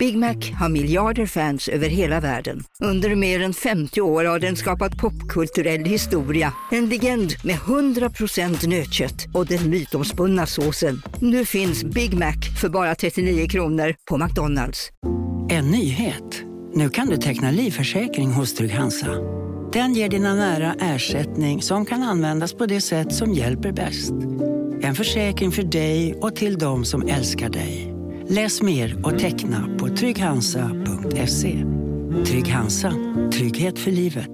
Big Mac har miljarder fans över hela världen. Under mer än 50 år har den skapat popkulturell historia. En legend med 100% nötkött och den mytomspunna såsen. Nu finns Big Mac för bara 39 kronor på McDonald's. En nyhet. Nu kan du teckna livförsäkring hos Trygg-Hansa. Den ger dina nära ersättning som kan användas på det sätt som hjälper bäst. En försäkring för dig och till de som älskar dig. Läs mer och teckna på trygghansa.se. Trygg-Hansa. Trygghet för livet.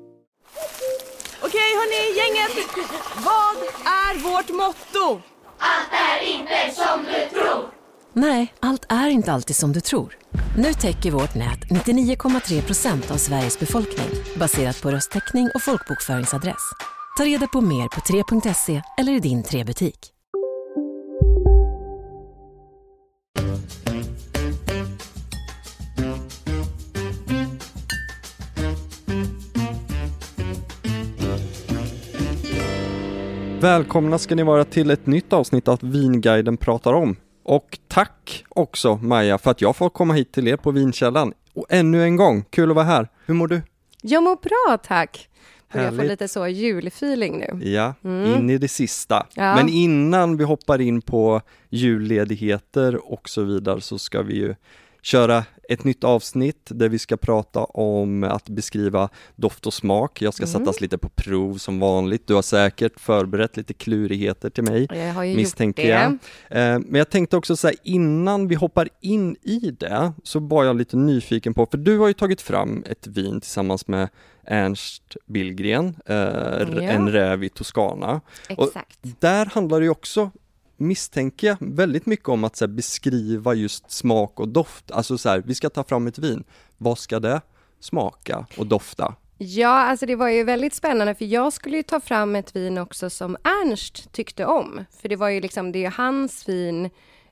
Okej hörni, gänget. Vad är vårt motto? Allt är inte som du tror. Nej, allt är inte alltid som du tror. Nu täcker vårt nät 99,3% av Sveriges befolkning baserat på röstteckning och folkbokföringsadress. Ta reda på mer på 3.se eller i din 3-butik. Välkomna ska ni vara till ett nytt avsnitt av Vinguiden pratar om. Och tack också Maja för att jag får komma hit till er på Vinkällan. Och ännu en gång, kul att vara här. Hur mår du? Jag mår bra, tack. Härligt. Jag får lite så julfeeling nu. Ja, in i det sista. Ja. Men innan vi hoppar in på julledigheter och så vidare så ska vi ju köra ett nytt avsnitt där vi ska prata om att beskriva doft och smak. Jag ska sättas lite på prov som vanligt. Du har säkert förberett lite klurigheter till mig. Jag har ju misstänker gjort det. Men jag tänkte också säga innan vi hoppar in i det så var jag lite nyfiken på, för du har ju tagit fram ett vin tillsammans med Ernst Billgren, en räv i Toscana. Exakt. Och där handlar det ju också, misstänker jag, väldigt mycket om att så här, beskriva just smak och doft. Alltså så här, vi ska ta fram ett vin. Vad ska det smaka och dofta? Ja, alltså det var ju väldigt spännande för jag skulle ju ta fram ett vin också som Ernst tyckte om. För det var ju liksom, det är hans vin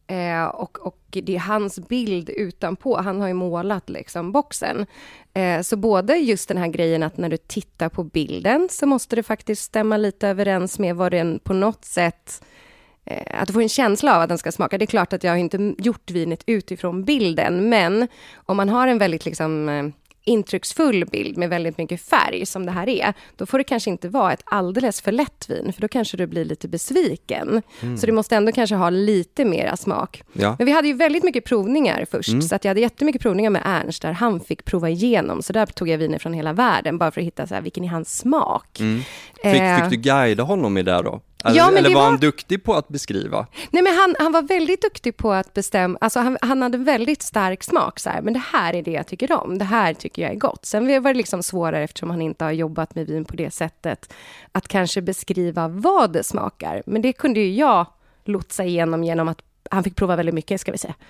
och det är hans bild utanpå. Han har ju målat liksom boxen. Så både just den här grejen att när du tittar på bilden så måste det faktiskt stämma lite överens med vad den på något sätt, att du får en känsla av att den ska smaka. Det är klart att jag har inte gjort vinet utifrån bilden, men om man har en väldigt liksom intrycksfull bild med väldigt mycket färg som det här är, då får det kanske inte vara ett alldeles för lätt vin, för då kanske du blir lite besviken. Så det måste ändå kanske ha lite mera smak. Ja. Men vi hade ju väldigt mycket provningar först, så att jag hade jättemycket provningar med Ernst där han fick prova igenom, så där tog jag viner från hela världen bara för att hitta så här, vilken är hans smak. Fick du guida honom i det då? Eller var han duktig på att beskriva? Nej, men han var väldigt duktig på att bestämma. Alltså han hade väldigt stark smak så här, men det här är det jag tycker om. Det här tycker jag är gott. Sen var det liksom svårare eftersom han inte har jobbat med vin på det sättt att kanske beskriva vad det smakar. Men det kunde ju jag lotsa genom att han fick prova väldigt mycket, ska vi säga.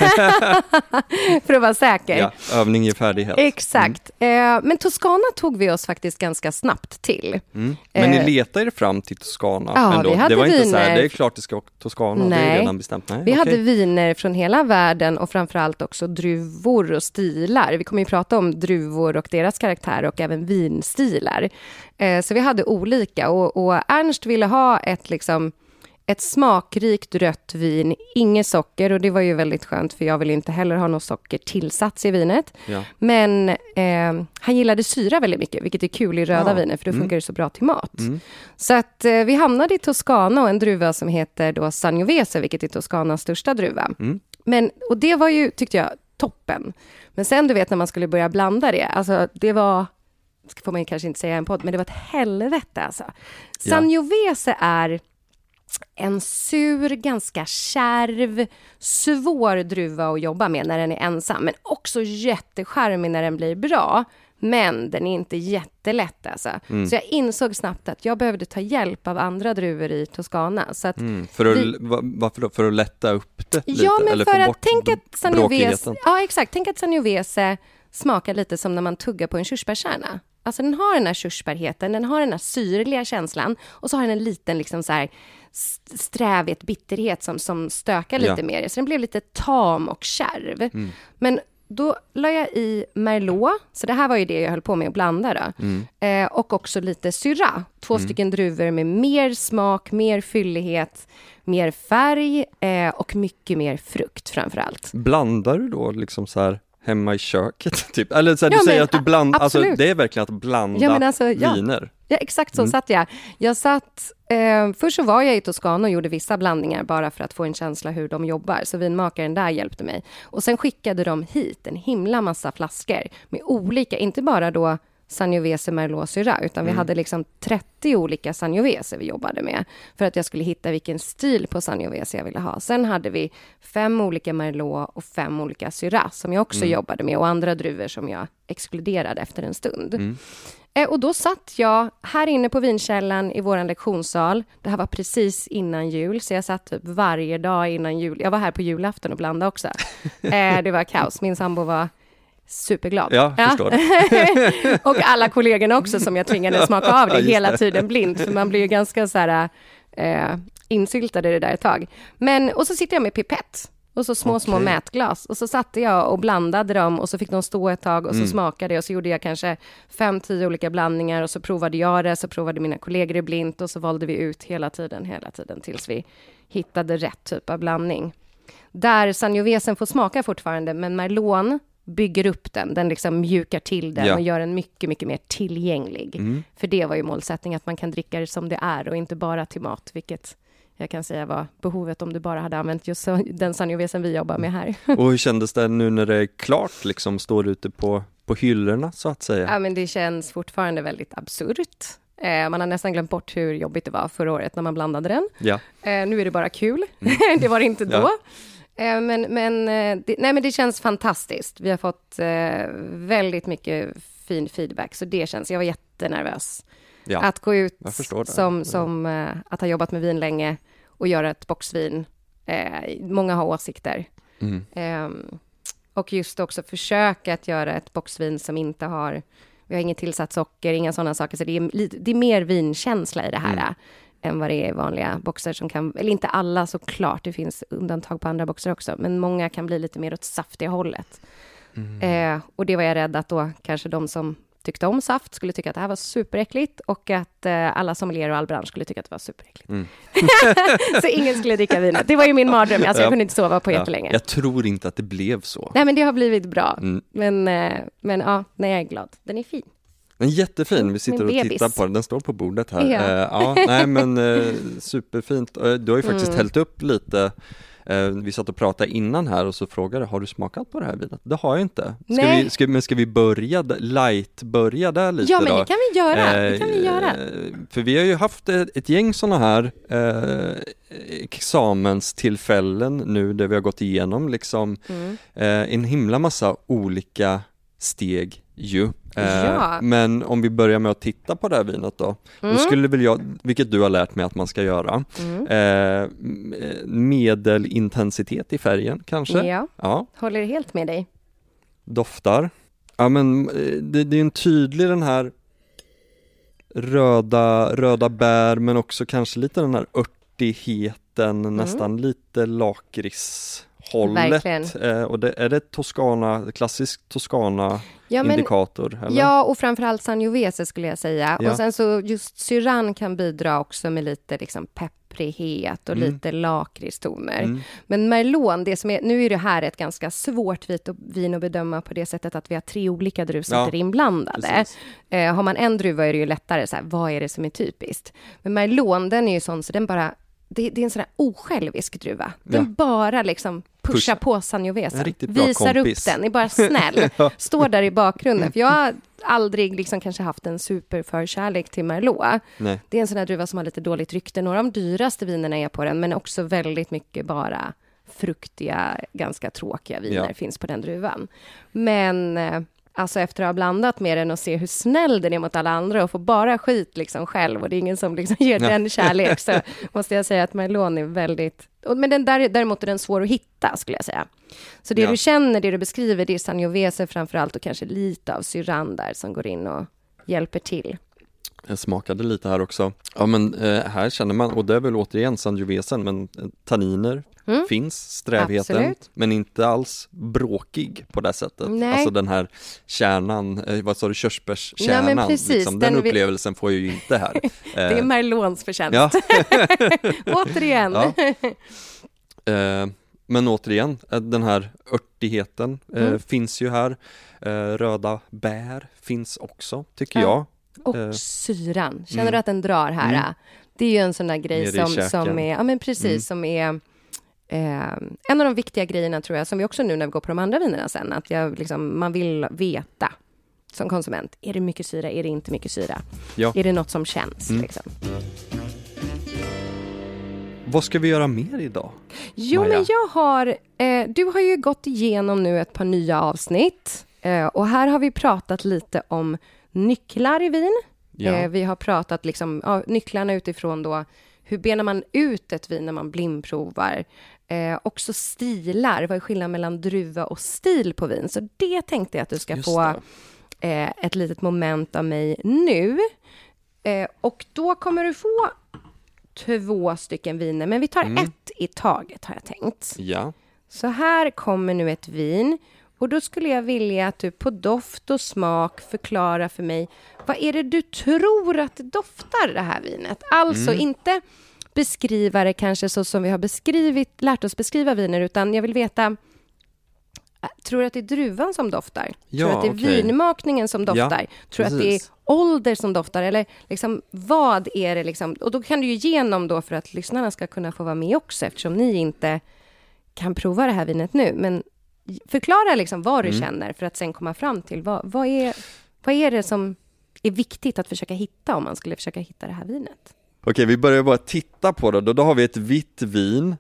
För att vara säker. Ja, övning ger färdighet. Exakt. Men Toscana tog vi oss faktiskt ganska snabbt till. Men ni letar er fram till Toscana? Ja, ändå. vi hade det var inte viner. så här, det är klart det ska åka Toscana. Nej. Det är redan bestämt. Nej, Vi okej. hade viner från hela världen och framförallt också druvor och stilar. Vi kommer ju prata om druvor och deras karaktär och även vinstilar. Så vi hade olika och Ernst ville ha ett smakrikt rött vin, inget socker, och det var ju väldigt skönt för jag vill inte heller ha något socker tillsats i vinet. Ja. Men han gillade syra väldigt mycket, vilket är kul i röda viner för då funkar det så bra till mat. Så att vi hamnade i Toscana och en druva som heter då Sangiovese, vilket är Toscanas största druva. Och det var ju, tyckte jag, toppen. Men sen du vet när man skulle börja blanda det, alltså det var, får man kanske inte säga i en podd, men det var ett helvete alltså. Sangiovese är en sur, ganska kärv, svår druva att jobba med när den är ensam. Men också jättecharmig när den blir bra. Men den är inte jättelätt alltså. Så jag insåg snabbt att jag behövde ta hjälp av andra druvor i Toscana. Så att varför då? För att lätta upp det lite? Ja, men eller för att tänka att Sangiovese... Ja, exakt. Tänk att Sangiovese smakar lite som när man tuggar på en körsbärskärna. Alltså den har den här körsbärheten, den har den här syrliga känslan och så har den en liten liksom så här strävhet, bitterhet som stökar lite mer. Så den blev lite tam och kärv. Men då la jag i Merlot. Så det här var ju det jag höll på med att blanda då. Och också lite Syrah. 2 stycken druvor med mer smak, mer fyllighet, mer färg och mycket mer frukt framförallt. Blandar du då liksom så här hemma i köket typ? Eller så här, du säger att du blandar, alltså det är verkligen att blanda viner. Ja, exakt så satt jag. Jag satt, först så var jag i Toscana och gjorde vissa blandningar bara för att få en känsla hur de jobbar. Så vinmakaren där hjälpte mig. Och sen skickade de hit en himla massa flaskor med olika, inte bara då Sangiovese, Merlot, Syrah, utan vi hade liksom 30 olika Sangiovese vi jobbade med för att jag skulle hitta vilken stil på Sangiovese jag ville ha. Sen hade vi 5 olika Merlot och 5 olika Syrah som jag också jobbade med och andra druvor som jag exkluderade efter en stund. Och då satt jag här inne på vinkällan i våran lektionssal. Det här var precis innan jul, så jag satt typ varje dag innan jul. Jag var här på julafton och blandade också. Det var kaos. Min sambo var superglad. Ja, förstår. Och alla kollegorna också som jag tvingade smaka av det hela tiden blint. För man blir ju ganska så här insyltade det där ett tag. Och så sitter jag med pipett. Och så små mätglas. Och så satte jag och blandade dem. Och så fick de stå ett tag och så smakade jag. Och så gjorde jag kanske 5-10 olika blandningar. Och så provade jag det. Så provade mina kollegor det blint. Och så valde vi ut hela tiden. Tills vi hittade rätt typ av blandning. Där Sangiovesen får smaka fortfarande. Men Merlot bygger upp den. Den liksom mjukar till den. Och gör den mycket, mycket mer tillgänglig. För det var ju målsättningen. Att man kan dricka det som det är. Och inte bara till mat. Vilket jag kan säga var behovet om du bara hade använt just den Sangiovesen vi jobbar med här. Och hur kändes det nu när det är klart, liksom står ute på hyllorna så att säga? Ja, men det känns fortfarande väldigt absurt. Man har nästan glömt bort hur jobbigt det var förra året när man blandade den. Ja. Nu är det bara kul. Det var det inte då. Men det känns fantastiskt. Vi har fått väldigt mycket fin feedback. Så det känns, jag var jättenervös. Ja, att gå ut som att ha jobbat med vin länge och göra ett boxvin. Många har åsikter. Och just också försöka att göra ett boxvin som inte har, vi har inget tillsatt socker, inga sådana saker. Så det är mer vinkänsla i det här än vad det är vanliga boxar som kan, eller inte alla såklart, det finns undantag på andra boxar också. Men många kan bli lite mer åt saftiga hållet. Och det var jag rädd att då kanske de som tyckte om saft skulle tycka att det här var superäckligt och att alla sommelier och all bransch skulle tycka att det var superäckligt. Så ingen skulle dricka vinet. Det var ju min mardröm. Alltså, jag kunde inte sova på jättelänge. Jag tror inte att det blev så. Nej, men det har blivit bra. Men ja, nej, jag är glad. Den är fin. Den är jättefin. Vi sitter och tittar på den. Den står på bordet här. Superfint. Du har ju faktiskt hällt upp lite. Vi satt och pratade innan här och så frågade, har du smakat på det här vinet? Det har jag inte. Ska vi börja där lite? Ja, men det kan vi göra. För vi har ju haft ett gäng sådana här examenstillfällen nu där vi har gått igenom liksom en himla massa olika steg ju. Men om vi börjar med att titta på det här vinet då skulle väl jag, vilket du har lärt mig att man ska göra, medelintensitet i färgen kanske. Ja, håller helt med dig. Doftar. Ja, men det är en tydlig den här röda bär, men också kanske lite den här örtigheten, nästan lite lakritshållet. Och är det klassisk Toscana-indikator? Ja, och framförallt Sangiovese skulle jag säga. Ja. Och sen så just Syrah kan bidra också med lite liksom pepprighet och lite lakritstoner. Men Merlot, det som är, nu är det här ett ganska svårt vin att bedöma på det sättet att vi har 3 olika druvsorter inblandade. Har man en druva är det ju lättare så här, vad är det som är typiskt? Men Merlot, den är ju sån så den bara, det är en sån här osjälvisk druva. Den bara liksom pushar på Sangiovesen. Visar kompis. Upp den, är bara snäll. Står där i bakgrunden. För jag har aldrig liksom kanske haft en superförkärlek till Merlot. Nej. Det är en sån här druva som har lite dåligt rykte. Några av de dyraste vinerna är på den, men också väldigt mycket bara fruktiga, ganska tråkiga viner finns på den druvan. Men alltså efter att ha blandat med den och se hur snäll den är mot alla andra och få bara skit liksom själv och det är ingen som liksom ger den kärlek, så måste jag säga att Merlot är väldigt... Men den däremot är den svår att hitta skulle jag säga. Så det du känner, det du beskriver, det är Sangiovese framförallt och kanske lite av Syrah där som går in och hjälper till. Jag smakade lite här också. Ja, men här känner man, och det är väl återigen Sangiovesen, men tanniner finns, strävheten. Absolut. Men inte alls bråkig på det sättet. Nej. Alltså den här kärnan, vad sa du, körsbärskärnan, Ja, men precis, liksom, den upplevelsen får jag ju inte här. Det är Merlots förtjänst. Ja. Återigen. Ja. Men återigen, den här örtigheten finns ju här. Röda bär finns också, tycker jag. Och syran, känner du att den drar här? Det är ju en sån där grej som är, ja men precis, som är en av de viktiga grejerna tror jag, som vi också nu när vi går på de andra vinerna sen, att man vill veta som konsument, är det mycket syra, är det inte mycket syra? Ja. Är det något som känns? Liksom? Vad ska vi göra mer idag? Jo, Maja? men du har ju gått igenom nu ett par nya avsnitt och här har vi pratat lite om nycklar i vin. Ja. Vi har pratat nycklarna utifrån då, hur benar man ut ett vin när man blindprovar. Också stilar, vad är skillnaden mellan druva och stil på vin? Så det tänkte jag att du ska få ett litet moment av mig nu. Och då kommer du få 2 stycken viner, men vi tar ett i taget har jag tänkt. Ja. Så här kommer nu ett vin. Och då skulle jag vilja att du på doft och smak förklarar för mig, vad är det du tror att det doftar det här vinet? Alltså inte beskriva det kanske så som vi har lärt oss beskriva viner, utan jag vill veta, tror du att det är druvan som doftar? Ja, tror du att det är vinmakningen som doftar? Tror du att det är ålder som doftar? Eller vad är det Och då kan du ju igenom då för att lyssnarna ska kunna få vara med också, eftersom ni inte kan prova det här vinet nu. Men förklara vad du känner för att sen komma fram till vad är det som är viktigt att försöka hitta om man skulle försöka hitta det här vinet. Okej, vi börjar bara titta på det. Då har vi ett vitt vin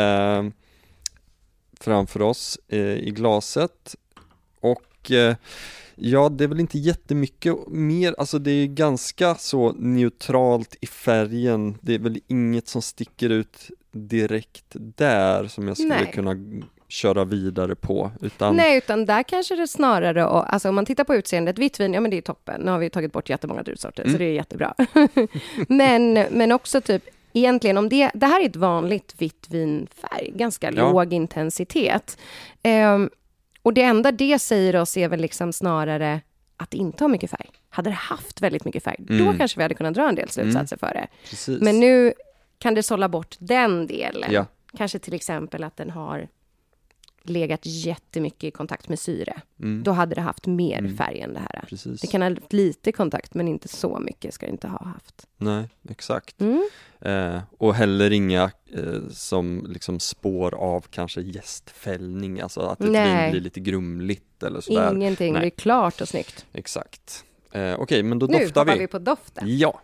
framför oss i glaset. Och det är väl inte jättemycket mer. Alltså det är ganska så neutralt i färgen. Det är väl inget som sticker ut direkt där som jag skulle kunna köra vidare på. Utan där kanske det snarare, alltså om man tittar på utseendet, vitt vin, ja men det är toppen. Nu har vi tagit bort jättemånga druvsorter, så det är jättebra. men också egentligen om det här är ett vanligt vitt vinfärg, ganska låg intensitet. Och det enda det säger oss är väl snarare att det inte har mycket färg. Hade det haft väldigt mycket färg, då kanske vi hade kunnat dra en del slutsatser för det. Precis. Men nu kan det sålla bort den delen. Ja. Kanske till exempel att den har legat jättemycket i kontakt med syre. Då hade det haft mer färg än det här. Precis. Det kan ha lite kontakt, men inte så mycket ska det inte ha haft. Nej, exakt. Och heller inga som spår av kanske jästfällning, alltså att ett vin blir lite grumligt eller sådär. Ingenting, det är klart och snyggt. Exakt. Okej, men då nu doftar vi. Nu hoppar vi på doften. Ja.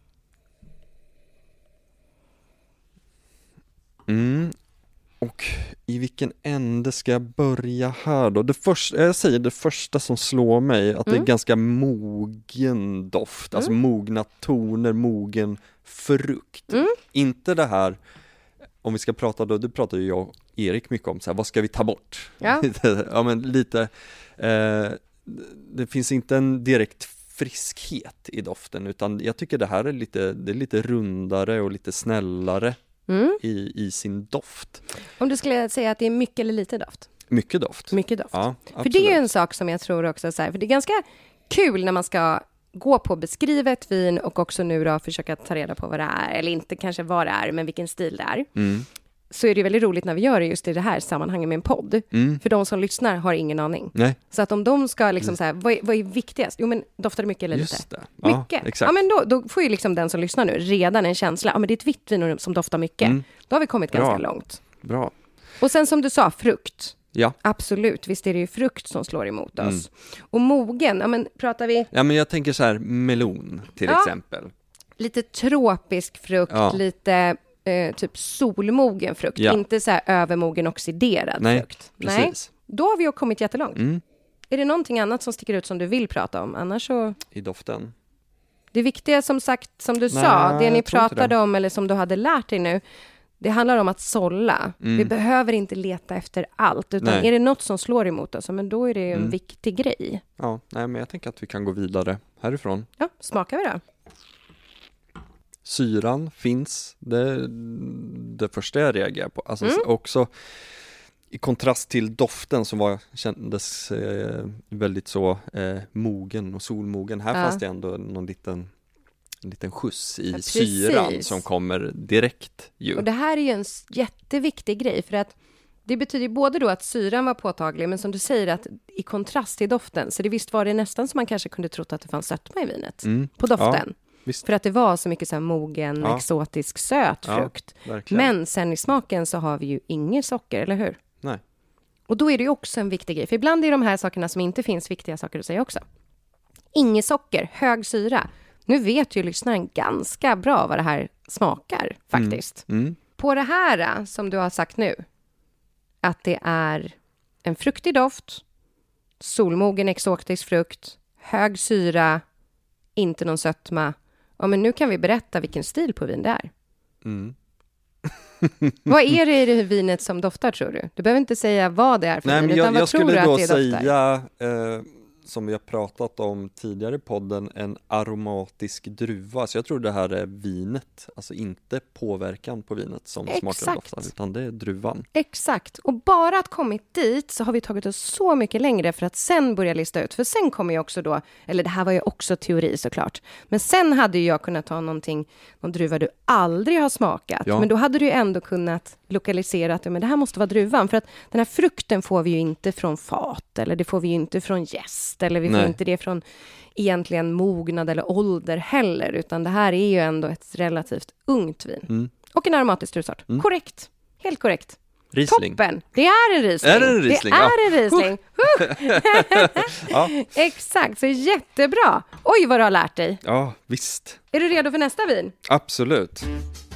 Och i vilken ände ska jag börja här då? Det första som slår mig, att det är ganska mogen doft, alltså mogna toner, mogen frukt. Inte det här, om vi ska prata då, det pratar ju jag och Erik mycket om, så här, vad ska vi ta bort? Ja. Ja, men lite, det finns inte en direkt friskhet i doften, utan jag tycker det här är lite rundare och lite snällare. I sin doft. Om du skulle säga att det är mycket eller lite doft? Mycket doft. Mycket doft. Ja, för det är ju en sak som jag tror också så här, för det är ganska kul när man ska gå på beskrivet vin och också nu då försöka ta reda på vad det är, eller inte kanske vad det är, men vilken stil det är. Så är det väldigt roligt när vi gör det just i det här sammanhanget med en podd. För de som lyssnar har ingen aning. Nej. Så att om de ska så här, vad är viktigast? Jo, men doftar det mycket eller lite? Just det. Ja, mycket. Exakt. Ja, men då får ju den som lyssnar nu redan en känsla. Ja, men det är ett vitt vin som doftar mycket. Då har vi kommit ganska långt. Bra. Och sen som du sa, frukt. Ja. Absolut, visst är det ju frukt som slår emot oss. Och mogen, ja men pratar vi... Ja, men jag tänker så här, melon till exempel. Lite tropisk frukt, lite... typ solmogen frukt, inte så här övermogen oxiderad frukt. Precis. Nej, då har vi ju kommit jättelångt. Är det någonting annat som sticker ut som du vill prata om? Annars så... I doften? Det viktiga som sagt, som du sa, det ni pratade om eller som du hade lärt dig nu, det handlar om att sålla. Vi behöver inte leta efter allt, utan är det något som slår emot oss, men då är det en viktig grej. Ja, men jag tänker att vi kan gå vidare härifrån. Ja, smakar vi då? syran finns. Det första jag reagerar på. Alltså också i kontrast till doften som kändes väldigt så mogen och solmogen. Här fanns det ändå en liten skjuts i syran som kommer direkt. Och det här är ju en jätteviktig grej, för att det betyder både då att syran var påtaglig, men som du säger att i kontrast till doften, så det visst var det nästan som man kanske kunde trott att det fanns sötma i vinet på doften. Ja, för att det var så mycket så här mogen, exotisk, söt frukt. Men sen i smaken så har vi ju inget socker, eller hur? Nej. Och då är det ju också en viktig grej, för ibland är de här sakerna som inte finns viktiga saker att säga också. Inget socker, hög syra. Nu vet ju lyssnaren ganska bra vad det här smakar faktiskt. På det här som du har sagt nu, att det är en fruktig doft, solmogen exotisk frukt, hög syra, inte någon sötma. Ja, men nu kan vi berätta vilken stil på vin det är. Vad är det i det vinet som doftar, tror du? Du behöver inte säga vad det är för vin, utan vad tror du att det doftar? Jag skulle då säga, som vi har pratat om tidigare i podden, en aromatisk druva. Så jag tror det här är vinet, alltså inte påverkan på vinet som smakar och doftar, utan det är druvan. Exakt, och bara att kommit dit så har vi tagit oss så mycket längre för att sen börja lista ut. För sen kommer jag också då, eller det här var ju också teori såklart, men sen hade jag kunnat ta någon druva du aldrig har smakat. Men då hade du ju ändå kunnat lokalisera att men det här måste vara druvan, för att den här frukten får vi ju inte från fat, eller det får vi ju inte från jäst, eller vi får inte det från egentligen mognad eller ålder heller, utan det här är ju ändå ett relativt ungt vin. Och en aromatisk druvsort. Korrekt. Helt korrekt. Riesling. Toppen. Det är en Riesling. Är det en Riesling? Det är en Riesling. Exakt, så jättebra. Oj, vad du har lärt dig. Ja, visst. Är du redo för nästa vin? Absolut.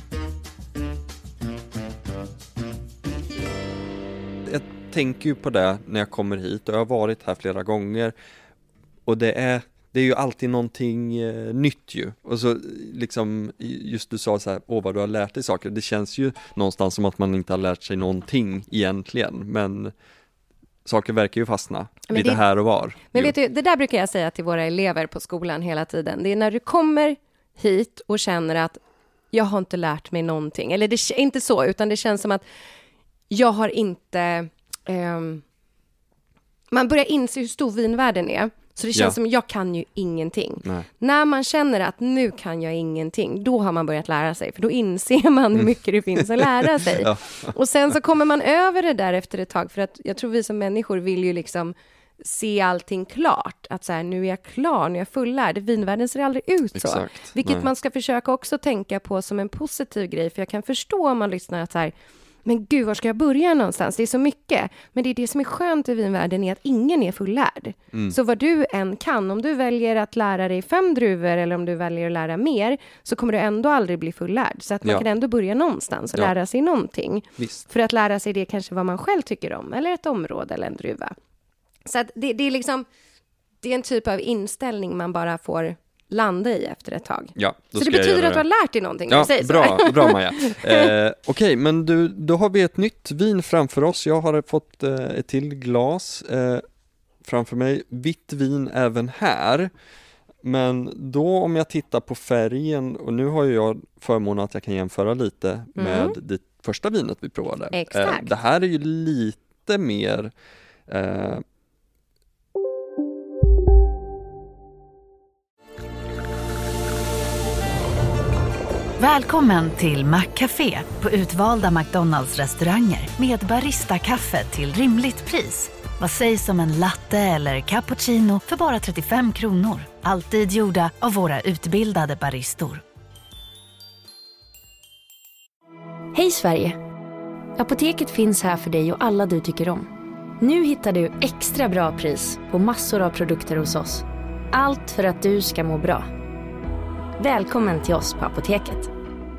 Jag tänker ju på det när jag kommer hit, och jag har varit här flera gånger, och det är ju alltid någonting nytt ju. Och så liksom, just du sa så här, vad du har lärt dig saker. Det känns ju någonstans som att man inte har lärt sig någonting egentligen, men saker verkar ju fastna lite här och var. Men vet du, det där brukar jag säga till våra elever på skolan hela tiden. Det är när du kommer hit och känner att jag har inte lärt mig någonting. Eller det är inte så, utan det känns som att jag har inte... man börjar inse hur stor vinvärlden är. Så det känns som jag kan ju ingenting. Nej. När man känner att nu kan jag ingenting, då har man börjat lära sig. För då inser man hur mycket det finns att lära sig. Och sen så kommer man över det där efter ett tag. För att jag tror vi som människor vill ju liksom se allting klart. Att så här, nu är jag klar, nu är jag fullärd. Vinvärlden ser aldrig ut så. Vilket man ska försöka också tänka på som en positiv grej. För jag kan förstå om man lyssnar att så här, men gud, var ska jag börja någonstans? Det är så mycket. Men det är det som är skönt i vinvärlden, är att ingen är fullärd. Så vad du än kan, om du väljer att lära dig 5 druvor eller om du väljer att lära mer, så kommer du ändå aldrig bli fullärd. Så att man kan ändå börja någonstans och lära sig någonting. Visst. För att lära sig det kanske vad man själv tycker om, eller ett område eller en druva. Så att det är liksom, det är en typ av inställning man bara får landa i efter ett tag. Ja, så det betyder att du har lärt dig någonting. Ja, bra Maja. Okej, men då har vi ett nytt vin framför oss. Jag har fått ett till glas framför mig. Vitt vin även här. Men då om jag tittar på färgen, och nu har ju jag förmånen att jag kan jämföra lite med det första vinet vi provade. Exakt. Det här är ju lite mer... Välkommen till McCafé på utvalda McDonalds-restauranger med Barista-kaffe till rimligt pris. Vad sägs om en latte eller cappuccino för bara 35 kronor? Alltid gjorda av våra utbildade baristor. Hej Sverige! Apoteket finns här för dig och alla du tycker om. Nu hittar du extra bra pris på massor av produkter hos oss. Allt för att du ska må bra. Välkommen till oss på Apoteket.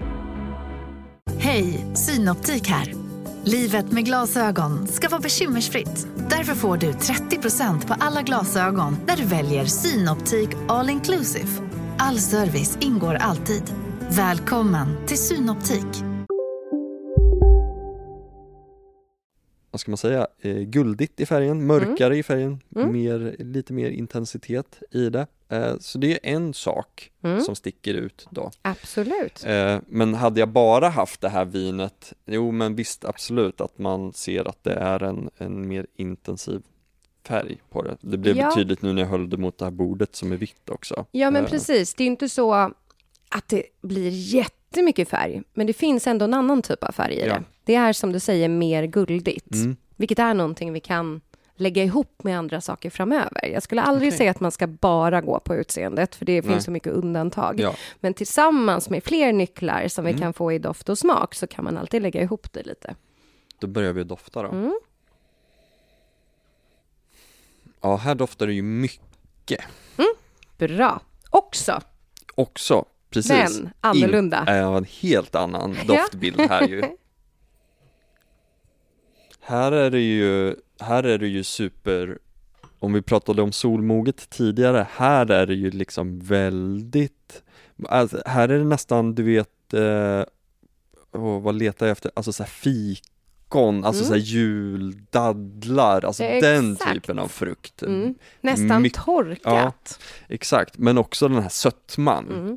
Hej, Synoptik här. Livet med glasögon ska vara bekymmersfritt. Därför får du 30% på alla glasögon när du väljer Synoptik All Inclusive. All service ingår alltid. Välkommen till Synoptik. vad ska man säga, guldigt i färgen, mörkare i färgen, lite mer intensitet i det. Så det är en sak som sticker ut då. Absolut. Men hade jag bara haft det här vinet, jo men visst absolut att man ser att det är en mer intensiv färg på det. Det blev tydligt nu när jag höll det mot det här bordet som är vitt också. Ja men precis, det är inte så att det blir jättemycket färg, men det finns ändå en annan typ av färg i det. Det är som du säger mer guldigt, vilket är någonting vi kan lägga ihop med andra saker framöver. Jag skulle aldrig säga att man ska bara gå på utseendet, för det finns så mycket undantag. Ja. Men tillsammans med fler nycklar som vi kan få i doft och smak så kan man alltid lägga ihop det lite. Då börjar vi dofta då. Ja, här doftar det ju mycket. Bra. Också, precis. Men annorlunda. En helt annan doftbild här ju. Här är det ju super, om vi pratade om solmoget tidigare, här är det ju liksom väldigt, alltså här är det nästan, du vet, vad letar jag efter, alltså så här fikon, alltså så här juldadlar, alltså den typen av frukt. Nästan torkat. Ja, exakt, men också den här sötman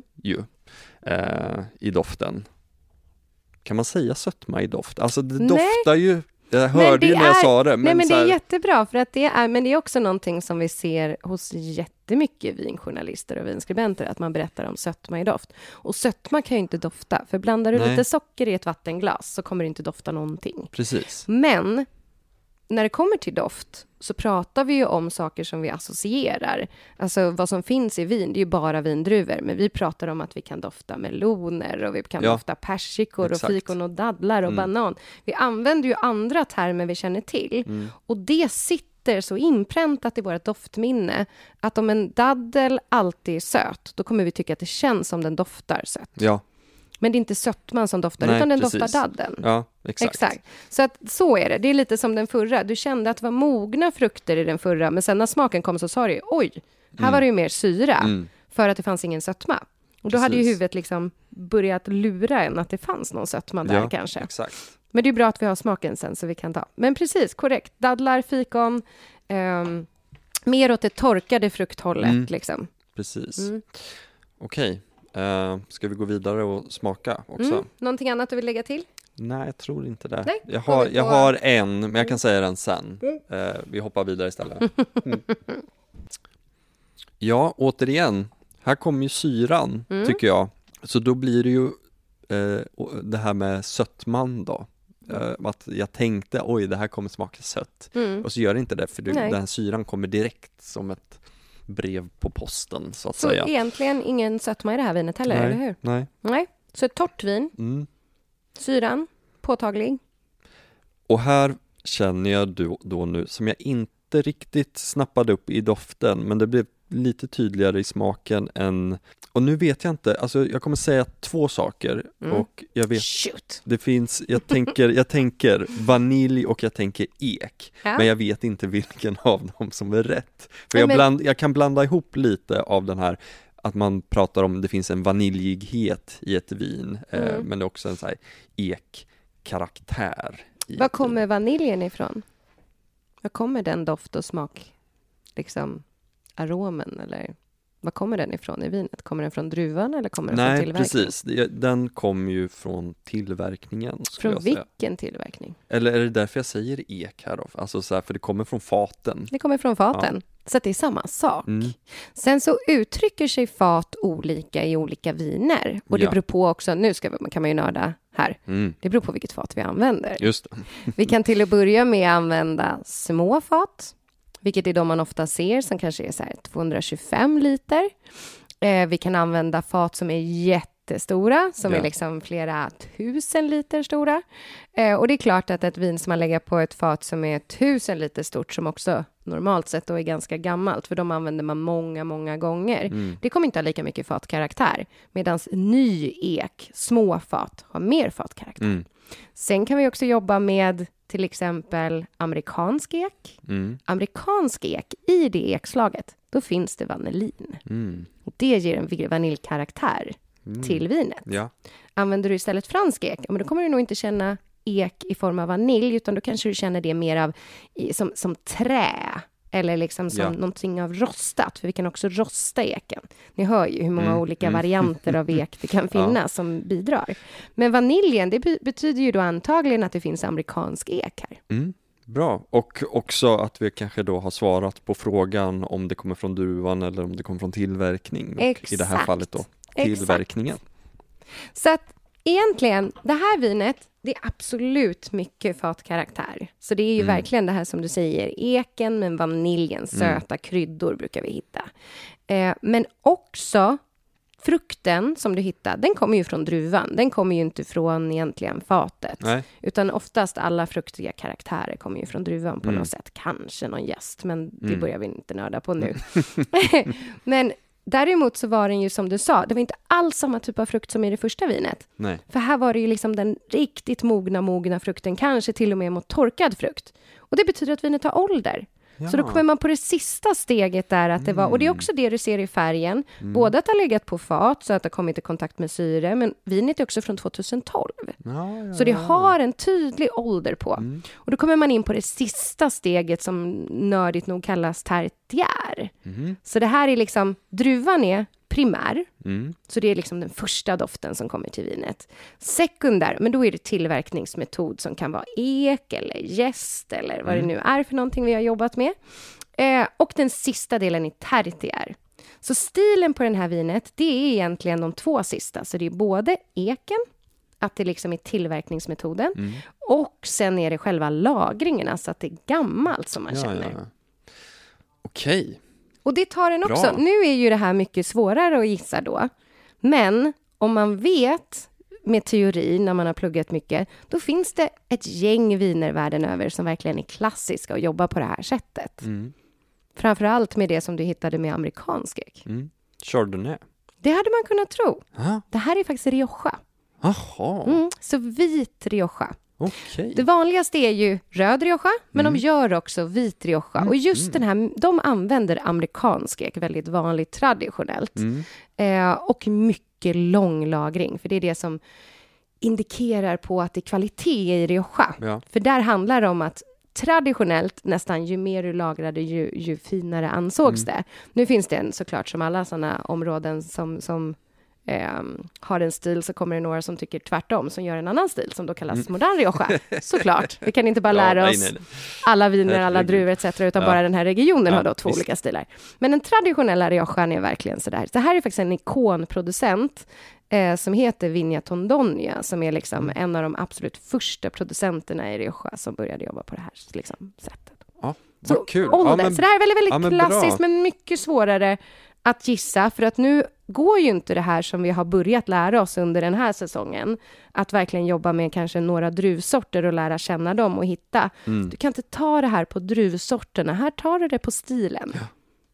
i doften. Kan man säga sötma i doft? Alltså det doftar ju. Jag hörde ju när jag sa det. Men det är jättebra, för att det är också någonting som vi ser hos jättemycket vinjournalister och vinskribenter, att man berättar om sötma i doft. Och sötma kan ju inte dofta, för blandar du lite socker i ett vattenglas så kommer det inte dofta någonting. Precis. Men när det kommer till doft så pratar vi ju om saker som vi associerar. Alltså vad som finns i vin, det är ju bara vindruvor. Men vi pratar om att vi kan dofta meloner och vi kan dofta persikor och fikon och dadlar och banan. Vi använder ju andra termer vi känner till. Och det sitter så inpräntat i vårt doftminne att om en daddel alltid är söt, då kommer vi tycka att det känns som den doftar sött. Ja. Men det är inte sötman som doftar, utan den doftar daddeln. Ja, exakt. Så är det. Det är lite som den förra. Du kände att det var mogna frukter i den förra, men sen när smaken kom så sa du, oj, här var det ju mer syra. För att det fanns ingen sötma. Och då hade ju huvudet liksom börjat lura en att det fanns någon sötma där kanske. Exakt. Men det är bra att vi har smaken sen så vi kan ta. Men precis, korrekt. Dadlar, fikon, mer åt det torkade frukthållet liksom. Precis. Okej. Ska vi gå vidare och smaka också? Någonting annat du vill lägga till? Nej, jag tror inte det. Nej, jag har en, men jag kan säga den sen. Vi hoppar vidare istället. Ja, återigen. Här kommer ju syran, tycker jag. Så då blir det ju det här med sötman då. Att jag tänkte, oj, det här kommer smaka sött. Och så gör det inte det, för den här syran kommer direkt som ett brev på posten, så att säga. Så egentligen ingen sötma i det här vinet heller, eller hur? Nej. Så ett torrt vin. Syran, påtaglig. Och här känner jag då nu, som jag inte riktigt snappade upp i doften, men det blev lite tydligare i smaken än... Och nu vet jag inte, alltså jag kommer säga 2 saker och jag vet... Shoot. Det finns, jag tänker vanilj och jag tänker ek, men jag vet inte vilken av dem som är rätt. För jag kan blanda ihop lite av den här, att man pratar om det finns en vaniljighet i ett vin, men det är också en så här ek-karaktär. Var kommer vaniljen ifrån? Var kommer den doft och smak, liksom aromen, eller var kommer den ifrån i vinet? Kommer den från druvan eller kommer den från tillverkningen? Nej, precis. Den kommer ju från tillverkningen. Från vilken tillverkning? Eller är det därför jag säger ek här då? Alltså så här, för det kommer från faten. Det kommer från faten. Så att det är samma sak. Sen så uttrycker sig fat olika i olika viner. Och det beror på också, nu kan man ju nörda här. Det beror på vilket fat vi använder. Just det. Vi kan till att börja med använda små fat, vilket är de man ofta ser, som kanske är så här 225 liter. Vi kan använda fat som är jättestora, som är liksom flera 1000 liter stora. Och det är klart att ett vin som man lägger på ett fat som är 1000 liter stort, som också normalt sett då är ganska gammalt, för de använder man många gånger. Det kommer inte ha lika mycket fatkaraktär, medan ny ek, små fat, har mer fatkaraktär. Sen kan vi också jobba med till exempel amerikansk ek. Amerikansk ek, i det ekslaget, då finns det vanillin. Och det ger en vaniljkaraktär till vinet. Använder du istället fransk ek, men då kommer du nog inte känna ek i form av vanilj, utan då kanske du känner det mer av som trä. Eller liksom som någonting av rostat. För vi kan också rosta eken. Ni hör ju hur många olika varianter av ek det kan finnas som bidrar. Men vaniljen, det betyder ju då antagligen att det finns amerikansk ek här. Bra. Och också att vi kanske då har svarat på frågan om det kommer från druvan eller om det kommer från tillverkning. Exakt. I det här fallet då tillverkningen. Exakt. Så att egentligen, det här vinet, det är absolut mycket fatkaraktär. Så det är ju verkligen det här som du säger, eken med vaniljen, söta kryddor brukar vi hitta. Men också frukten som du hittar, den kommer ju från druvan. Den kommer ju inte från egentligen fatet. Nej. Utan oftast alla fruktiga karaktärer kommer ju från druvan på något sätt. Kanske någon jäst, men det börjar vi inte nörda på nu. Men däremot så var den ju som du sa, det var inte alls samma typ av frukt som i det första vinet. Nej. För här var det ju liksom den riktigt mogna frukten, kanske till och med mot torkad frukt. Och det betyder att vinet har ålder. Ja. Så då kommer man på det sista steget där att det var, och det är också det du ser i färgen, både att det har legat på fat så att det har kommit i kontakt med syre, men vinet är också från 2012. Så det har en tydlig ålder på. Och då kommer man in på det sista steget som nördigt nog kallas tertiär. Så det här är liksom, druvan är primär. Så det är liksom den första doften som kommer till vinet. Sekundär, men då är det tillverkningsmetod som kan vara ek eller jäst eller vad det nu är för någonting vi har jobbat med. Och den sista delen är tertiär. Så stilen på den här vinet, det är egentligen de två sista. Så det är både eken, att det liksom är tillverkningsmetoden, och sen är det själva lagringen, alltså att det är gammalt som man känner. Ja. Okej. Och det tar en också. Nu är ju det här mycket svårare att gissa då. Men om man vet med teori när man har pluggat mycket, då finns det ett gäng viner världen över som verkligen är klassiska och jobbar på det här sättet. Framförallt med det som du hittade med amerikansk ek. Chardonnay. Det hade man kunnat tro. Det här är faktiskt Rioja. Jaha. Så vit Rioja. Okay. Det vanligaste är ju röd Rioja, men de gör också vit Rioja. Och just den här, de använder amerikansk ek väldigt vanligt traditionellt. Och mycket lång lagring, för det är det som indikerar på att det är kvalitet i Rioja. Ja. För där handlar det om att traditionellt, nästan ju mer du lagrade ju finare ansågs det. Nu finns det såklart som alla sådana områden som har en stil, så kommer det några som tycker tvärtom, som gör en annan stil som då kallas modern Rioja. Såklart. Vi kan inte bara lära oss alla viner, alla druvor etc. utan bara den här regionen har då två olika stilar. Men den traditionella Riojan är verkligen sådär. Det här är faktiskt en ikonproducent som heter Viña Tondonia, som är liksom en av de absolut första producenterna i Rioja som började jobba på det här liksom, sättet. Ja, så kul. Ålder. Så det här är väldigt klassiskt, men mycket svårare att gissa, för att nu går ju inte det här som vi har börjat lära oss under den här säsongen, att verkligen jobba med kanske några druvsorter och lära känna dem och hitta. Du kan inte ta det här på druvsorterna, här tar du det på stilen. Ja.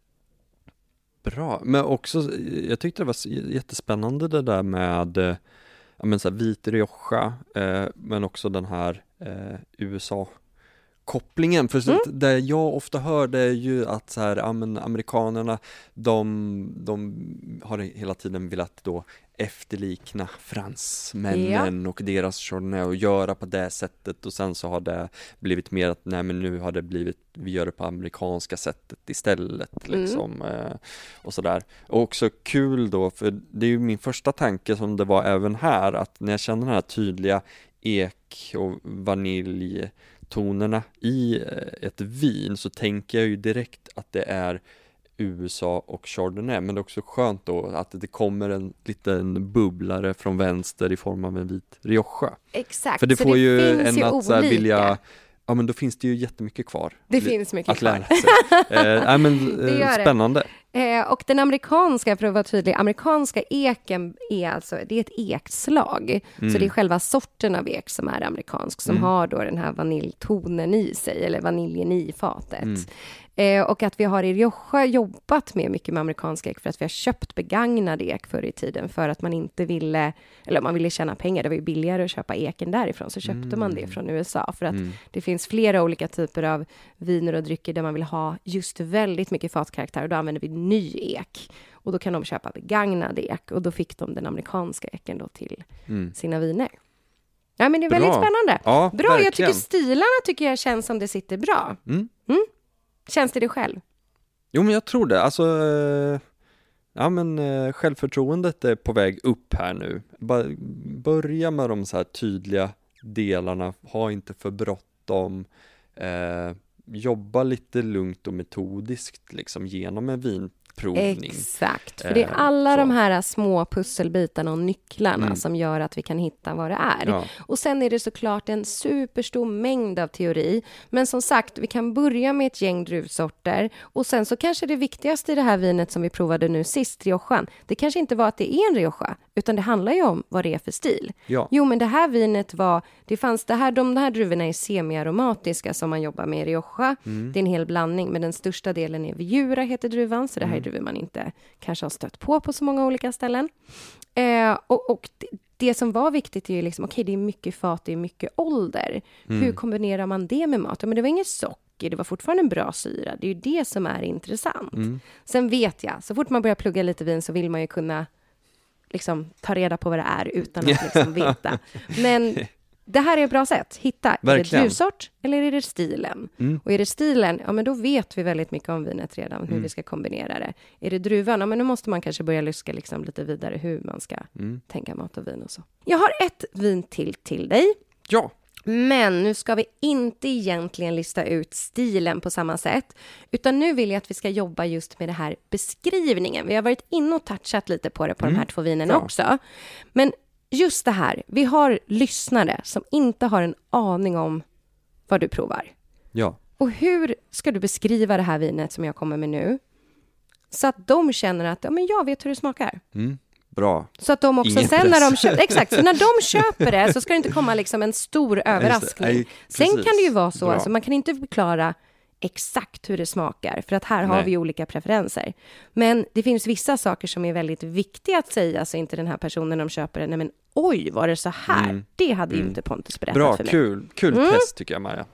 Bra, men också, jag tyckte det var jättespännande det där med så här, vit Rioja, men också den här USA-kopplingen. För det jag ofta hör, det är ju att så här, amerikanerna, de har hela tiden velat då efterlikna fransmännen och deras chardonnay och göra på det sättet, och sen så har det blivit mer att nej, men nu har det blivit, vi gör det på amerikanska sättet istället liksom, och sådär. Och också kul då, för det är ju min första tanke som det var även här, att när jag känner den här tydliga ek- och vaniljtonerna i ett vin, så tänker jag ju direkt att det är USA och Chardonnay, men det är också skönt då att det kommer en liten bubblare från vänster i form av en vit Rioja. Exakt. För det får det ju finns en ju att så här vilja, ja men då finns det ju jättemycket kvar. Det finns mycket att lära sig. Spännande. Och den amerikanska, för att vara tydlig, amerikanska eken är alltså, det är ett ekslag. Så det är själva sorten av ek som är amerikansk, som har då den här vaniljtonen i sig, eller vaniljen i fatet. Och att vi har i Rioja jobbat med mycket med amerikansk ek för att vi har köpt begagnad ek förr i tiden, för att man inte ville, eller man ville tjäna pengar, det var ju billigare att köpa eken därifrån, så köpte man det från USA, för att det finns flera olika typer av viner och drycker där man vill ha just väldigt mycket fatkaraktär, och då använder vi ny ek, och då kan de köpa begagnad ek, och då fick de den amerikanska eken då till sina viner. Ja, men det är väldigt spännande. Ja, bra, verkligen. Jag tycker stilarna känns som det sitter bra. Känns det själv? Jo, men jag tror det. Alltså, självförtroendet är på väg upp här nu. Börja med de så här tydliga delarna. Ha inte för bråttom. Jobba lite lugnt och metodiskt liksom, genom en vinprovning. Exakt, för det är alla de här små pusselbitarna och nycklarna som gör att vi kan hitta vad det är. Ja. Och sen är det såklart en superstor mängd av teori. Men som sagt, vi kan börja med ett gäng druvsorter. Och sen så kanske det viktigaste i det här vinet som vi provade nu sist, Riojan. Det kanske inte var att det är en Rioja, utan det handlar ju om vad det är för stil. Ja. Jo, men det här vinet var... de här druvorna är semiaromatiska som man jobbar med i Rioja. Det är en hel blandning, men den största delen är Viura heter druvan. Så det här är druvor man inte kanske har stött på så många olika ställen. Och det som var viktigt är ju liksom, okej, det är mycket fat, det är mycket ålder. Hur kombinerar man det med mat? Men det var inget socker, det var fortfarande en bra syra. Det är ju det som är intressant. Sen vet jag, så fort man börjar plugga lite vin så vill man ju kunna liksom ta reda på vad det är utan att liksom veta. Men det här är ett bra sätt. Hitta, verkligen. Är det druvsort eller är det stilen? Och är det stilen, ja men då vet vi väldigt mycket om vinet redan, hur vi ska kombinera det. Är det druvan, ja men nu måste man kanske börja lyska liksom lite vidare hur man ska tänka mat och vin och så. Jag har ett vin till dig. Ja. Men nu ska vi inte egentligen lista ut stilen på samma sätt. Utan nu vill jag att vi ska jobba just med det här beskrivningen. Vi har varit inne och touchat lite på det på de här två vinerna också. Men just det här, vi har lyssnare som inte har en aning om vad du provar. Ja. Och hur ska du beskriva det här vinet som jag kommer med nu? Så att de känner att ja, men jag vet hur det smakar. Bra. Så att de också sen när de köper, exakt, så när de köper det så ska det inte komma liksom en stor överraskning. Sen kan det ju vara så, alltså man kan inte förklara exakt hur det smakar, för att här har vi olika preferenser. Men det finns vissa saker som är väldigt viktiga att säga, så inte den här personen de köper det, nej men oj, var det så här? Det hade ju inte Pontus berättat för mig. Kul test tycker jag, Maja.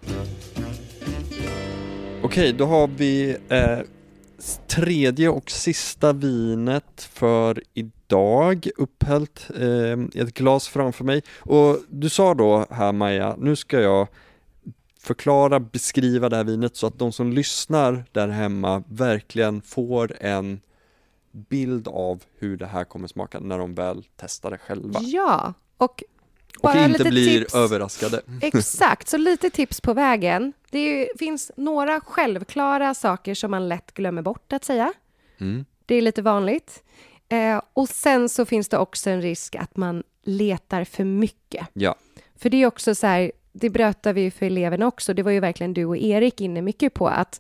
Okej, då har vi tredje och sista vinet för idag upphällt ett glas framför mig. Och du sa då här, Maja, nu ska jag beskriva det här vinet så att de som lyssnar där hemma verkligen får en bild av hur det här kommer smaka när de väl testar det själva. Ja, och inte lite blir överraskade. Exakt, så lite tips på vägen. Det finns några självklara saker som man lätt glömmer bort att säga. Det är lite vanligt. Och sen så finns det också en risk att man letar för mycket. Ja. För det är också så här, det brötar vi för eleverna också. Det var ju verkligen du och Erik inne mycket på att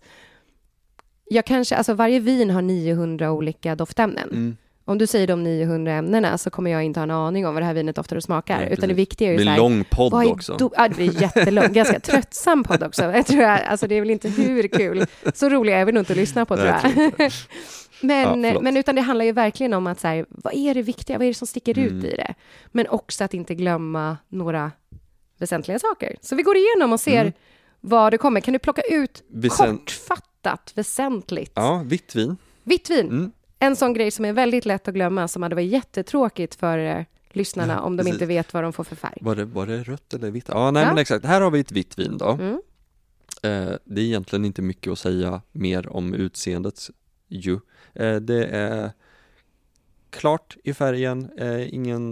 varje vin har 900 olika doftämnen. Om du säger de 900 ämnena så kommer jag inte ha en aning om vad det här vinet doftar och smakar. Ja, utan det viktiga är ju det blir lång podd också. Det blir jättelång, ganska tröttsam podd också. Jag tror alltså det är väl inte hur kul. Så roliga är vi nog inte att lyssna på, tror jag. Men utan det handlar ju verkligen om att så här, vad är det viktiga? Vad är det som sticker ut i det? Men också att inte glömma några väsentliga saker. Så vi går igenom och ser vad det kommer. Kan du plocka ut kortfattat, väsentligt? Ja, vitt vin. Vitt vin. En sån grej som är väldigt lätt att glömma, som hade varit jättetråkigt för lyssnarna om de inte vet vad de får för färg. Var det rött eller vitt? Ja, men exakt. Här har vi ett vitt vin då. Det är egentligen inte mycket att säga mer om utseendet. Det är klart i färgen, ingen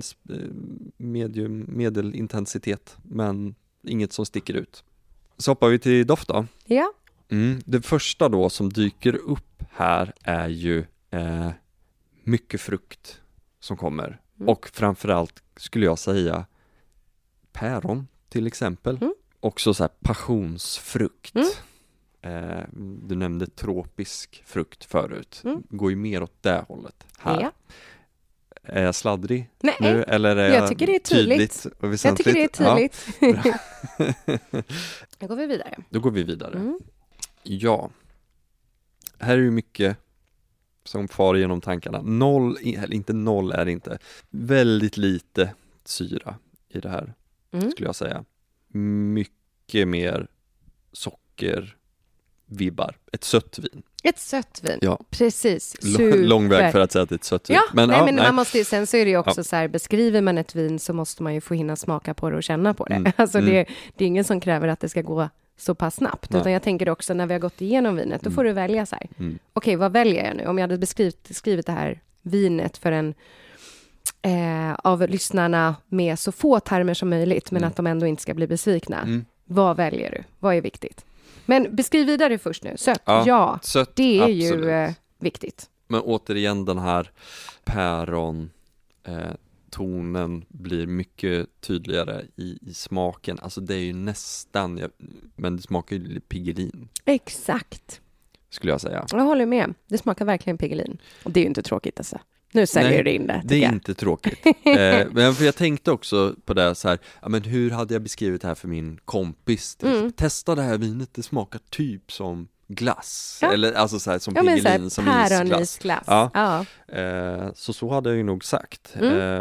medelintensitet, men inget som sticker ut. Så hoppar vi till doft då. Ja. Det första då som dyker upp här är ju mycket frukt som kommer. Och framförallt skulle jag säga päron till exempel. Också så här passionsfrukt. Du nämnde tropisk frukt förut. Går ju mer åt det hållet här. Ja. Är jag sladdrig nu? Eller är jag tycker det är tydligt och väsentligt? Jag tycker det är tydligt. Ja. Då går vi vidare. Ja. Här är ju mycket som far genom tankarna. Inte noll är det inte. Väldigt lite syra i det här, skulle jag säga. Mycket mer socker, vibbar. Ett sött vin. Ett sött vin, Ja. Precis. Lång väg för att säga att det är ett sött vin. Ja, men man måste ju, sen så är det ju också så här, beskriver man ett vin så måste man ju få hinna smaka på det och känna på det. Alltså det är ingen som kräver att det ska gå så pass snabbt. Utan jag tänker också när vi har gått igenom vinet, då får du välja så här. Okej, vad väljer jag nu? Om jag hade skrivit det här vinet för en av lyssnarna med så få termer som möjligt, men att de ändå inte ska bli besvikna. Vad väljer du? Vad är viktigt? Men beskriv vidare först nu. Sött, ja. Sött, det är absolut. ju viktigt. Men återigen den här päron tonen blir mycket tydligare i smaken. Alltså det är ju nästan, men det smakar ju Piggelin. Exakt. Skulle jag säga. Jag håller med. Det smakar verkligen Piggelin. Och det är ju inte tråkigt alltså. Nu säljer du in det. Det är inte tråkigt. Men för jag tänkte också på det så här, ja, men hur hade jag beskrivit det här för min kompis? Testa det här vinet, det smakar typ som glass. Ja. Eller alltså så här, som Piggelin, som isglass. Ja. Så hade jag ju nog sagt.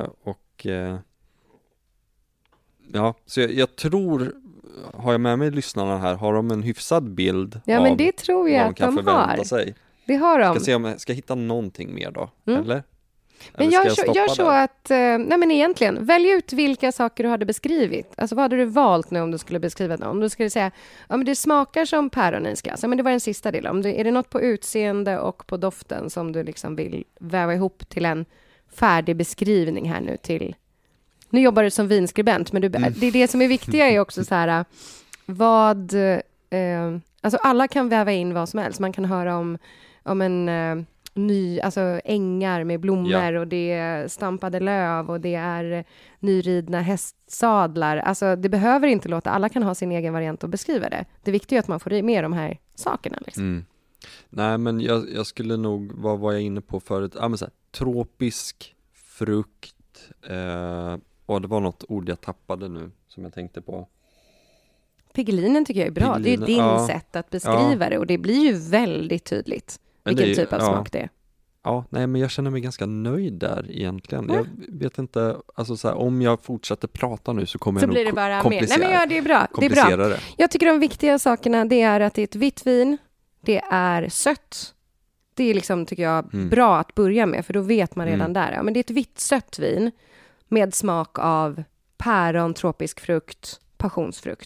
Så jag tror, har jag med mig lyssnarna här, har de en hyfsad bild av men det tror jag vad de kan förvänta sig. Det har de. Ska se om jag ska hitta någonting mer då, eller? Men Eller gör så att, nej men egentligen, välj ut vilka saker du hade beskrivit. Alltså vad hade du valt nu om du skulle beskriva det? Om du skulle säga, ja men det smakar som päronisglass. Ja men det var den sista delen. Är det något på utseende och på doften som du liksom vill väva ihop till en färdig beskrivning här nu till... Nu jobbar du som vinskribent, men det är det som är viktiga är också så här, alltså alla kan väva in vad som helst. Man kan höra om en alltså ängar med blommor och det är stampade löv och det är nyridna hästsadlar. Alltså det behöver inte låta, alla kan ha sin egen variant att beskriva det. Det viktiga är att man får med de här sakerna liksom. Nej, men jag skulle nog, vad var jag inne på förut? Men så här, tropisk frukt, och det var något ord jag tappade nu som jag tänkte på. Piggelinen tycker jag är bra. Det är din sätt att beskriva det och det blir ju väldigt tydligt vilken typ av smak det är. Ja, nej men jag känner mig ganska nöjd där egentligen. Jag vet inte, alltså så här, om jag fortsätter prata nu så kommer jag nog blir det bara mer. Nej men det är bra. Det är bra. Jag tycker de viktiga sakerna det är att det är ett vitt vin, det är sött. Det är liksom, tycker jag, bra att börja med, för då vet man redan där. Ja, men det är ett vitt sött vin med smak av päron, tropisk frukt, passionsfrukt.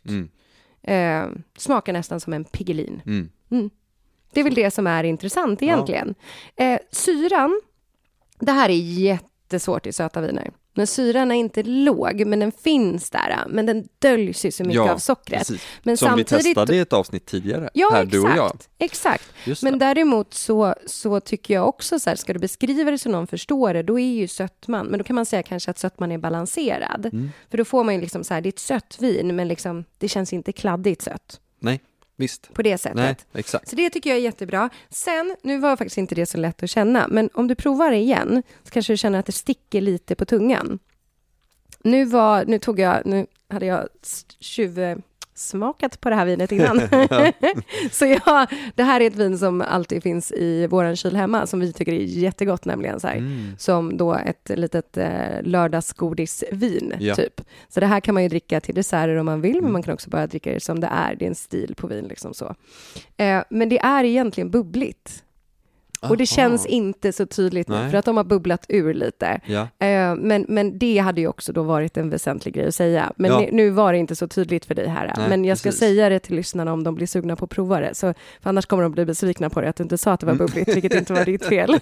Smakar nästan som en Piggelin. Det är väl det som är intressant egentligen. Syran, det här är jättesvårt i söta viner. Men syran är inte låg, men den finns där. Men den döljs ju så mycket av sockret. Precis. Men som samtidigt, vi testade i ett avsnitt tidigare. Ja, här, exakt, du och jag. Exakt. Men däremot så tycker jag också så här, ska du beskriva det så någon förstår det, då är ju sötman, men då kan man säga kanske att sötman är balanserad. För då får man ju liksom så här, det är ett sött vin, men liksom, det känns inte kladdigt sött. Nej. Visst. På det sättet. Nej, exakt. Så det tycker jag är jättebra. Sen, nu var faktiskt inte det så lätt att känna, men om du provar det igen så kanske du känner att det sticker lite på tungan. Nu hade jag smakat på det här vinet innan. Så det här är ett vin som alltid finns i våran kyl hemma, som vi tycker är jättegott nämligen så här. Som då ett litet lördagsgodisvin typ. Så det här kan man ju dricka till desserter om man vill, men man kan också bara dricka det som det är. Det är en stil på vin liksom så. Men det är egentligen bubbligt. Och det känns inte så tydligt nu, för att de har bubblat ur lite. Men det hade ju också då varit en väsentlig grej att säga. Men nu var det inte så tydligt för dig här. Men jag ska säga det till lyssnarna om de blir sugna på att prova det. För annars kommer de bli besvikna på det, att du inte sa att det var bubbligt, vilket inte var ditt fel.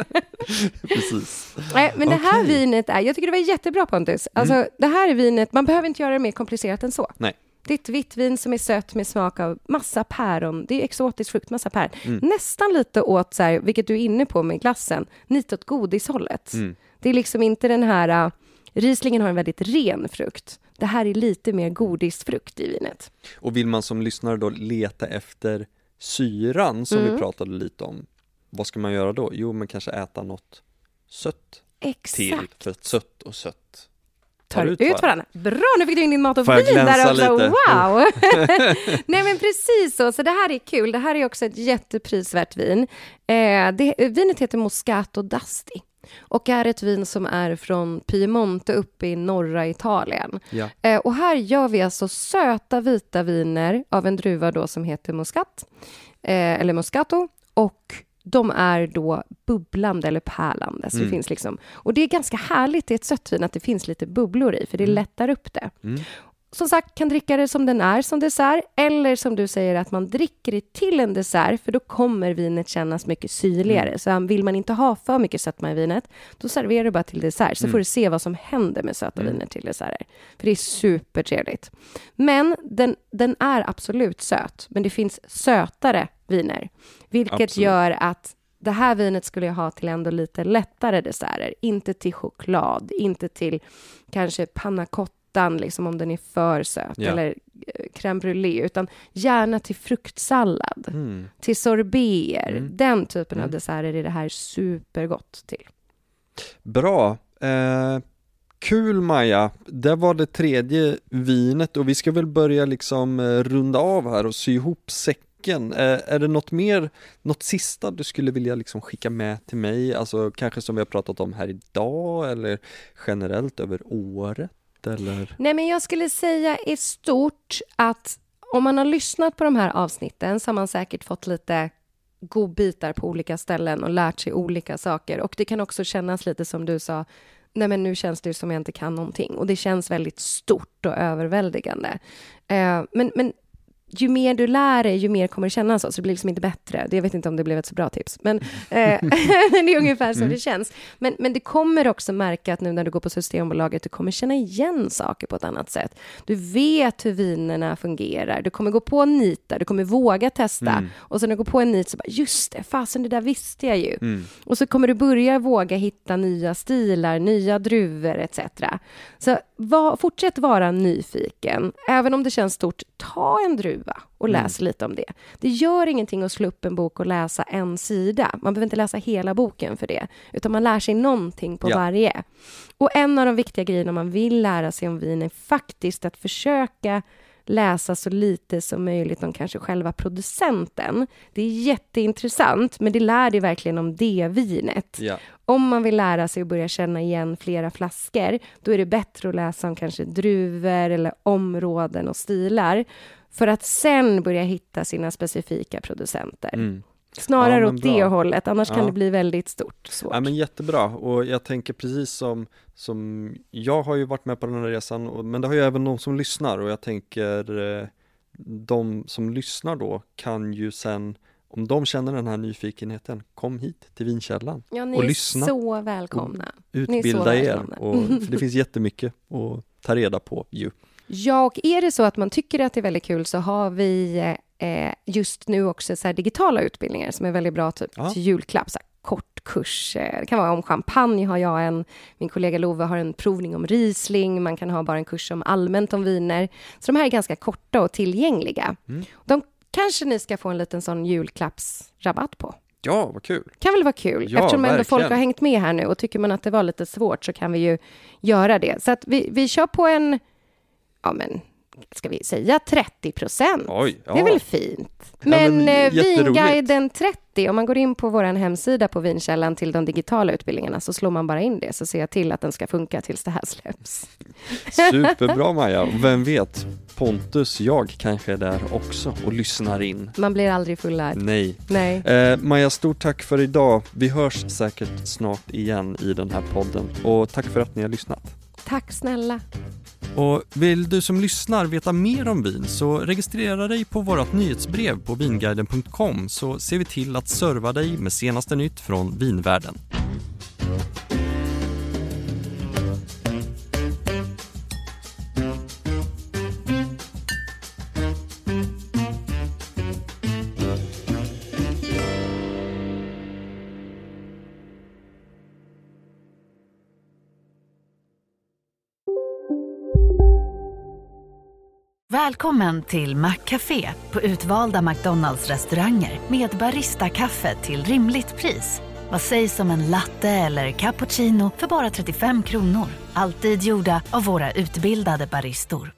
Precis. Men det här vinet jag tycker det var jättebra, Pontus. Alltså, det här är vinet, man behöver inte göra det mer komplicerat än så. Nej. Det är ett vitt vin som är sött med smak av massa päron. Det är exotisk frukt, massa päron. Nästan lite åt, så här, vilket du är inne på med glassen, lite åt godishållet. Det är liksom inte den här... Rieslingen har en väldigt ren frukt. Det här är lite mer godisfrukt i vinet. Och vill man som lyssnare då leta efter syran som vi pratade lite om, vad ska man göra då? Jo, man kanske äta något sött till. För sött och sött tar ut varandra. Bra, nu fick du in din mat och vin där också. Lite. Wow! Nej men precis så det här är kul. Det här är också ett jätteprisvärt vin. Vinet heter Moscato d'Asti och är ett vin som är från Piemonte uppe i norra Italien. Och här gör vi alltså söta vita viner av en druva då som heter Moscato. Och de är då bubblande eller pärlande. Så det finns liksom, och det är ganska härligt i ett sött vin att det finns lite bubblor i, för det lättar upp det. Som sagt, kan dricka det som den är som dessert, eller som du säger att man dricker det till en dessert, för då kommer vinet kännas mycket syrligare. Så vill man inte ha för mycket sötma i vinet, då serverar du bara till dessert, så får du se vad som händer med söta viner till desserter. För det är supertrevligt. Men den är absolut söt, men det finns sötare viner, vilket gör att det här vinet skulle jag ha till ändå lite lättare desserter, inte till choklad, inte till kanske panna cotta, liksom om den är för söt, eller crème brûlée, utan gärna till fruktsallad, till sorbéer. Den typen av desserter är det här supergott till. Bra. Kul, Maja. Det var det tredje vinet och vi ska väl börja liksom runda av här och sy ihop säcken. Är det något sista du skulle vilja liksom skicka med till mig? Alltså kanske som vi har pratat om här idag, eller generellt över året? Eller? Nej, men jag skulle säga i stort att om man har lyssnat på de här avsnitten så har man säkert fått lite godbitar på olika ställen och lärt sig olika saker. Och det kan också kännas lite som du sa, nej men nu känns det som jag inte kan någonting. Och det känns väldigt stort och överväldigande. Men ju mer du lär dig, ju mer kommer det kännas så det blir liksom inte bättre. Jag vet inte om det blev ett så bra tips, men det är ungefär så det känns. Men det kommer också märka att nu när du går på Systembolaget, du kommer känna igen saker på ett annat sätt. Du vet hur vinerna fungerar. Du kommer gå på en nit där, du kommer våga testa. Och sen när du går på en nit så bara, just det, fasen det där visste jag ju. Och så kommer du börja våga hitta nya stilar, nya druvor etc. Så fortsätt vara nyfiken. Även om det känns stort, ta en druva och läs lite om det. Det gör ingenting att slå upp en bok och läsa en sida. Man behöver inte läsa hela boken för det. Utan man lär sig någonting på varje. Och en av de viktiga grejerna man vill lära sig om vin är faktiskt att försöka läsa så lite som möjligt om kanske själva producenten. Det är jätteintressant, men det lär dig verkligen om det vinet. Ja. Om man vill lära sig att börja känna igen flera flaskor, då är det bättre att läsa om kanske druvor eller områden och stilar, för att sen börja hitta sina specifika producenter. Snarare åt det hållet, annars kan det bli väldigt svårt. Ja, men jättebra, och jag tänker precis som jag har ju varit med på den här resan, men det har ju även de som lyssnar, och jag tänker de som lyssnar då kan ju sen, om de känner den här nyfikenheten, kom hit till Vinkällan och lyssna. Ni är så välkomna. Utbilda er, för det finns jättemycket att ta reda på ju. Ja, och är det så att man tycker att det är väldigt kul, så har vi just nu också så här digitala utbildningar som är väldigt bra typ till julklapp, så här kortkurs. Det kan vara om champagne, har jag min kollega Love har en provning om Riesling, man kan ha bara en kurs om allmänt om viner. Så de här är ganska korta och tillgängliga. De kanske ni ska få en liten sån julklappsrabatt på. Ja, vad kul. Kan väl vara kul. Ja, eftersom ändå folk verkligen har hängt med här nu, och tycker man att det var lite svårt så kan vi ju göra det. Så att vi kör på en, ska vi säga 30%? Oj, ja. Det är väl fint. Men Vinguiden 30, om man går in på vår hemsida på Vinkällan till de digitala utbildningarna, så slår man bara in det, så ser jag till att den ska funka tills det här släpps. Superbra, Maja. Vem vet, Pontus, jag kanske är där också och lyssnar in. Man blir aldrig fullärd. Nej. Maja, stort tack för idag. Vi hörs säkert snart igen i den här podden. Och tack för att ni har lyssnat. Tack snälla. Och vill du som lyssnar veta mer om vin, så registrera dig på vårt nyhetsbrev på vinguiden.com, så ser vi till att serva dig med senaste nytt från vinvärlden. Välkommen till Maccafé på utvalda McDonalds-restauranger med Barista-kaffe till rimligt pris. Vad sägs om en latte eller cappuccino för bara 35 kronor? Alltid gjorda av våra utbildade baristor.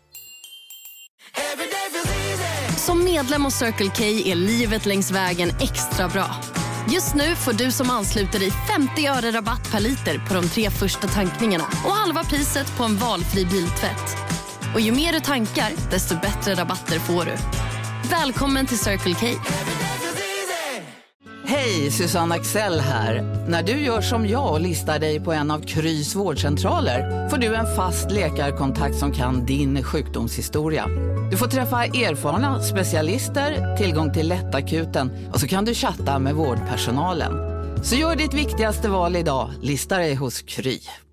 Som medlem hos Circle K är livet längs vägen extra bra. Just nu får du som ansluter dig 50 öre rabatt per liter på de 3 första tankningarna och halva priset på en valfri biltvätt. Och ju mer du tankar, desto bättre rabatter får du. Välkommen till Circle K. Hej, Susanne Axel här. När du gör som jag och listar dig på en av Krys vårdcentraler får du en fast läkarkontakt som kan din sjukdomshistoria. Du får träffa erfarna specialister, tillgång till lättakuten och så kan du chatta med vårdpersonalen. Så gör ditt viktigaste val idag, lista dig hos Kry.